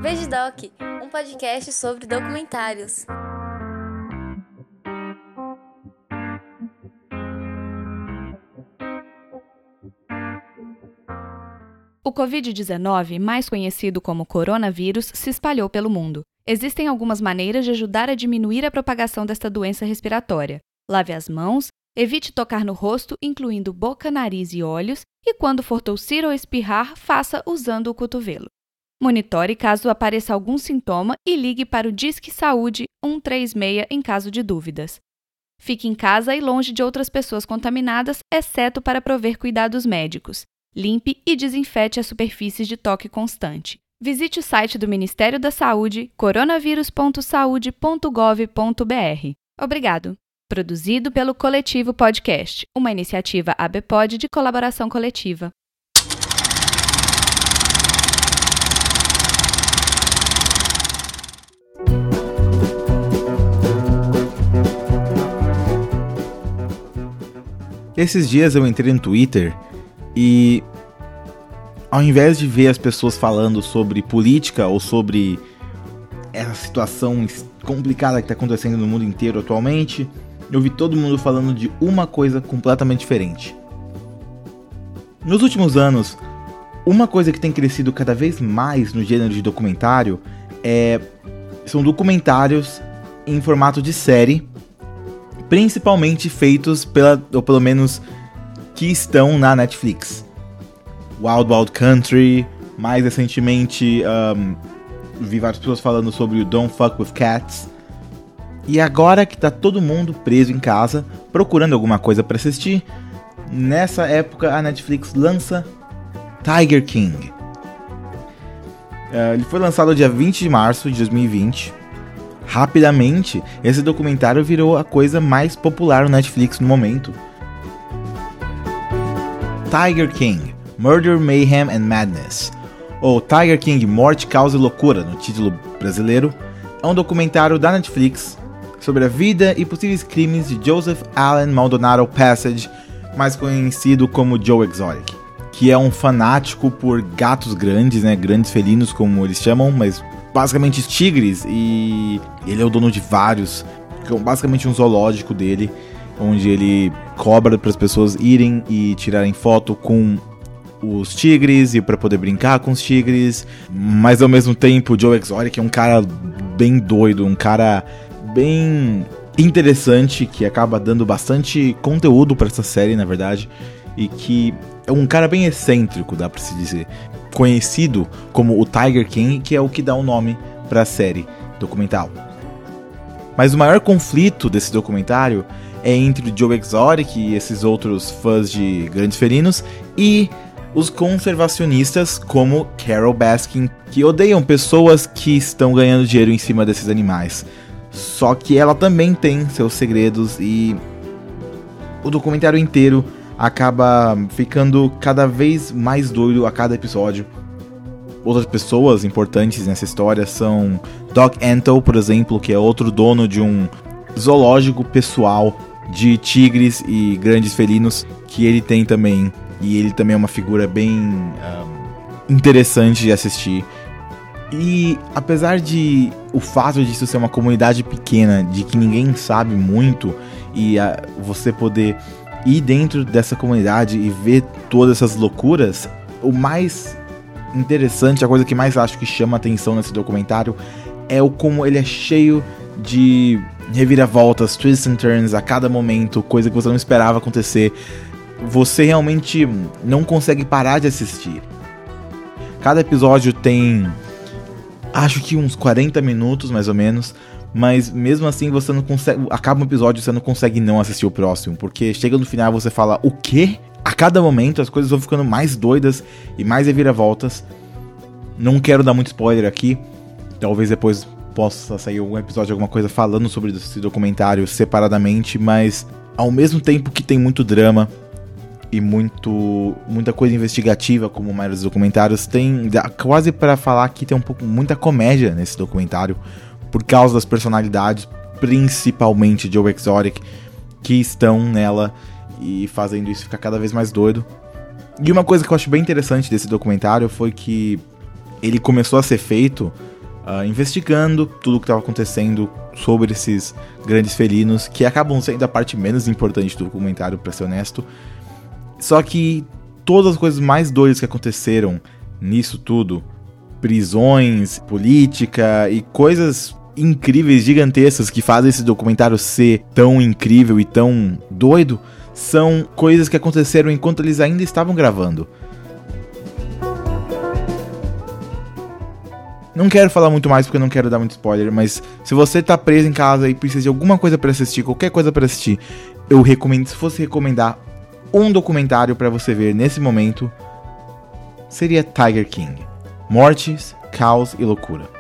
Vegedoc, um podcast sobre documentários. O Covid-19, mais conhecido como coronavírus, se espalhou pelo mundo. Existem algumas maneiras de ajudar a diminuir a propagação desta doença respiratória. Lave as mãos, evite tocar no rosto, incluindo boca, nariz e olhos, e quando for tossir ou espirrar, faça usando o cotovelo. Monitore caso apareça algum sintoma e ligue para o Disque Saúde 136 em caso de dúvidas. Fique em casa e longe de outras pessoas contaminadas, exceto para prover cuidados médicos. Limpe e desinfete as superfícies de toque constante. Visite o site do Ministério da Saúde, coronavírus.saude.gov.br. Obrigado. Produzido pelo Coletivo Podcast, uma iniciativa ABPOD de colaboração coletiva. Esses dias eu entrei no Twitter e, ao invés de ver as pessoas falando sobre política ou sobre essa situação complicada que está acontecendo no mundo inteiro atualmente, eu vi todo mundo falando de uma coisa completamente diferente. Nos últimos anos, uma coisa que tem crescido cada vez mais no gênero de documentário são documentários em formato de série, principalmente feitos ou pelo menos que estão na Netflix. Wild Wild Country, mais recentemente vi várias pessoas falando sobre o Don't Fuck With Cats. E agora que tá todo mundo preso em casa, procurando alguma coisa para assistir, nessa época a Netflix lança Tiger King. Ele foi lançado dia 20 de março de 2020. Rapidamente, esse documentário virou a coisa mais popular no Netflix no momento. Tiger King, Murder, Mayhem and Madness, ou Tiger King, Morte, Causa e Loucura, no título brasileiro, é um documentário da Netflix sobre a vida e possíveis crimes de Joseph Allen Maldonado Passage, mais conhecido como Joe Exotic, que é um fanático por gatos grandes, grandes felinos como eles chamam, mas basicamente tigres, e ele é o dono de vários, que é basicamente um zoológico dele, onde ele cobra para as pessoas irem e tirarem foto com os tigres e para poder brincar com os tigres, mas ao mesmo tempo o Joe Exotic é um cara bem doido, um cara bem interessante, que acaba dando bastante conteúdo para essa série, na verdade, e que é um cara bem excêntrico, dá para se dizer, conhecido como o Tiger King, que é o que dá o nome para a série documental. Mas o maior conflito desse documentário é entre o Joe Exotic e esses outros fãs de grandes felinos e os conservacionistas como Carole Baskin, que odeiam pessoas que estão ganhando dinheiro em cima desses animais. Só que ela também tem seus segredos e o documentário inteiro acaba ficando cada vez mais doido a cada episódio. Outras pessoas importantes nessa história são Doug Antle, por exemplo, que é outro dono de um zoológico pessoal de tigres e grandes felinos, que ele tem também. E ele também é uma figura bem interessante de assistir. E apesar de o fato disso ser uma comunidade pequena, de que ninguém sabe muito, e você poder ir dentro dessa comunidade e ver todas essas loucuras, o mais interessante, a coisa que mais acho que chama atenção nesse documentário é o como ele é cheio de reviravoltas, twists and turns a cada momento, coisa que você não esperava acontecer. Você realmente não consegue parar de assistir. Cada episódio tem, acho que uns 40 minutos mais ou menos, mas mesmo assim você não consegue, acaba um episódio e você não consegue não assistir o próximo, porque chega no final você fala, o quê? A cada momento as coisas vão ficando mais doidas e mais reviravoltas. Não quero dar muito spoiler aqui, talvez depois possa sair algum episódio, alguma coisa falando sobre esse documentário separadamente, mas ao mesmo tempo que tem muito drama e muita coisa investigativa, como a maioria dos documentários, tem quase para falar que tem muita comédia nesse documentário, por causa das personalidades, principalmente Joe Exotic, que estão nela e fazendo isso ficar cada vez mais doido. E uma coisa que eu acho bem interessante desse documentário foi que ele começou a ser feito investigando tudo o que estava acontecendo sobre esses grandes felinos, que acabam sendo a parte menos importante do documentário, pra ser honesto. Só que todas as coisas mais doidas que aconteceram nisso tudo, prisões, política e coisas incríveis, gigantescas, que fazem esse documentário ser tão incrível e tão doido, são coisas que aconteceram enquanto eles ainda estavam gravando. Não quero falar muito mais porque eu não quero dar muito spoiler, mas se você tá preso em casa e precisa de alguma coisa pra assistir, qualquer coisa pra assistir, eu recomendo, se fosse recomendar um documentário pra você ver nesse momento, seria Tiger King. Mortes, caos e loucura.